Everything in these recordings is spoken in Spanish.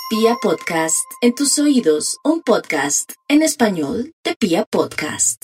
Pia Podcast, en tus oídos, un podcast en español de Pia Podcast.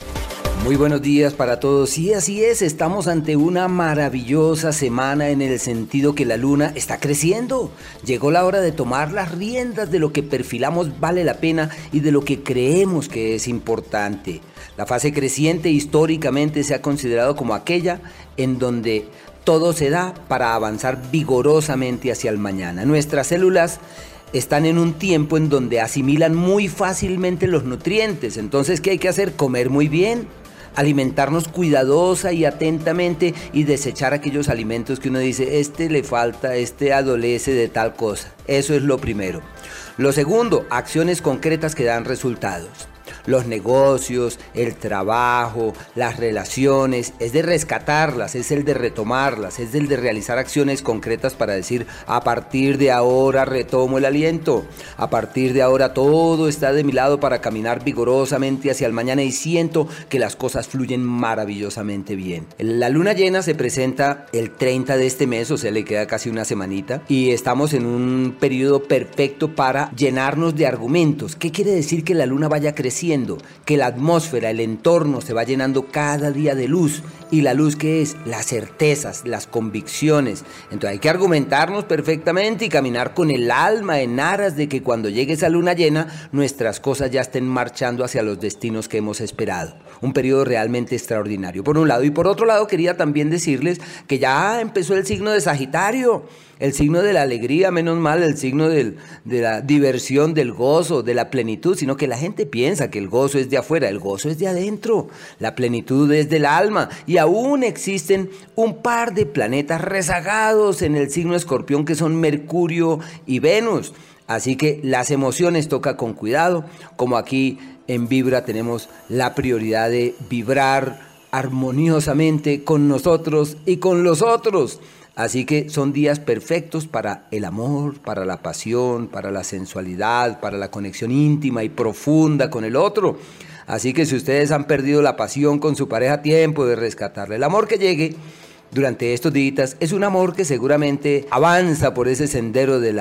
Muy buenos días para todos. Sí, así es, estamos ante una maravillosa semana en el sentido que la luna está creciendo. Llegó la hora de tomar las riendas de lo que perfilamos vale la pena y de lo que creemos que es importante. La fase creciente históricamente se ha considerado como aquella en donde todo se da para avanzar vigorosamente hacia el mañana. Nuestras células están en un tiempo en donde asimilan muy fácilmente los nutrientes. Entonces, ¿qué hay que hacer? Comer muy bien, alimentarnos cuidadosa y atentamente y desechar aquellos alimentos que uno dice, este le falta, este adolece de tal cosa. Eso es lo primero. Lo segundo, acciones concretas que dan resultados. Los negocios, el trabajo, las relaciones, es de rescatarlas, es el de retomarlas, es el de realizar acciones concretas para decir, a partir de ahora retomo el aliento, a partir de ahora todo está de mi lado para caminar vigorosamente hacia el mañana y siento que las cosas fluyen maravillosamente bien. La luna llena se presenta el 30 de este mes, o sea, le queda casi una semanita, y estamos en un periodo perfecto para llenarnos de argumentos. ¿Qué quiere decir que la luna vaya creciendo? Que la atmósfera, el entorno se va llenando cada día de luz. ¿Y la luz qué es? Las certezas, las convicciones. Entonces hay que argumentarnos perfectamente y caminar con el alma en aras de que cuando llegue esa luna llena, nuestras cosas ya estén marchando hacia los destinos que hemos esperado. Un periodo realmente extraordinario, por un lado. Y por otro lado, quería también decirles que ya empezó el signo de Sagitario. El signo de la alegría, menos mal, el signo de la diversión, del gozo, de la plenitud, sino que la gente piensa que el gozo es de afuera, el gozo es de adentro, la plenitud es del alma, y aún existen un par de planetas rezagados en el signo Escorpión que son Mercurio y Venus, así que las emociones toca con cuidado, como aquí en Vibra tenemos la prioridad de vibrar armoniosamente con nosotros y con los otros. Así que son días perfectos para el amor, para la pasión, para la sensualidad, para la conexión íntima y profunda con el otro. Así que si ustedes han perdido la pasión con su pareja, tiempo de rescatarle. El amor que llegue durante estos días es un amor que seguramente avanza por ese sendero de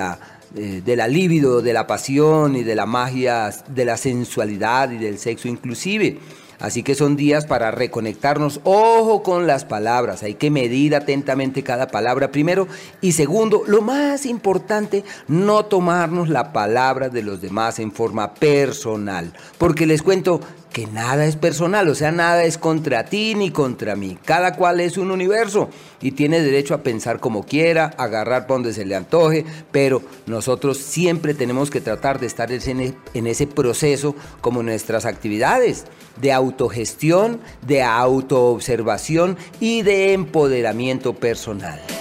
la libido, de la pasión y de la magia, de la sensualidad y del sexo inclusive. Así que son días para reconectarnos. Ojo con las palabras, hay que medir atentamente cada palabra primero. Y segundo, lo más importante, no tomarnos la palabra de los demás en forma personal. Porque les cuento que nada es personal, o sea, nada es contra ti ni contra mí. Cada cual es un universo y tiene derecho a pensar como quiera, agarrar para donde se le antoje, pero nosotros siempre tenemos que tratar de estar en ese proceso como nuestras actividades de autogestión, de autoobservación y de empoderamiento personal.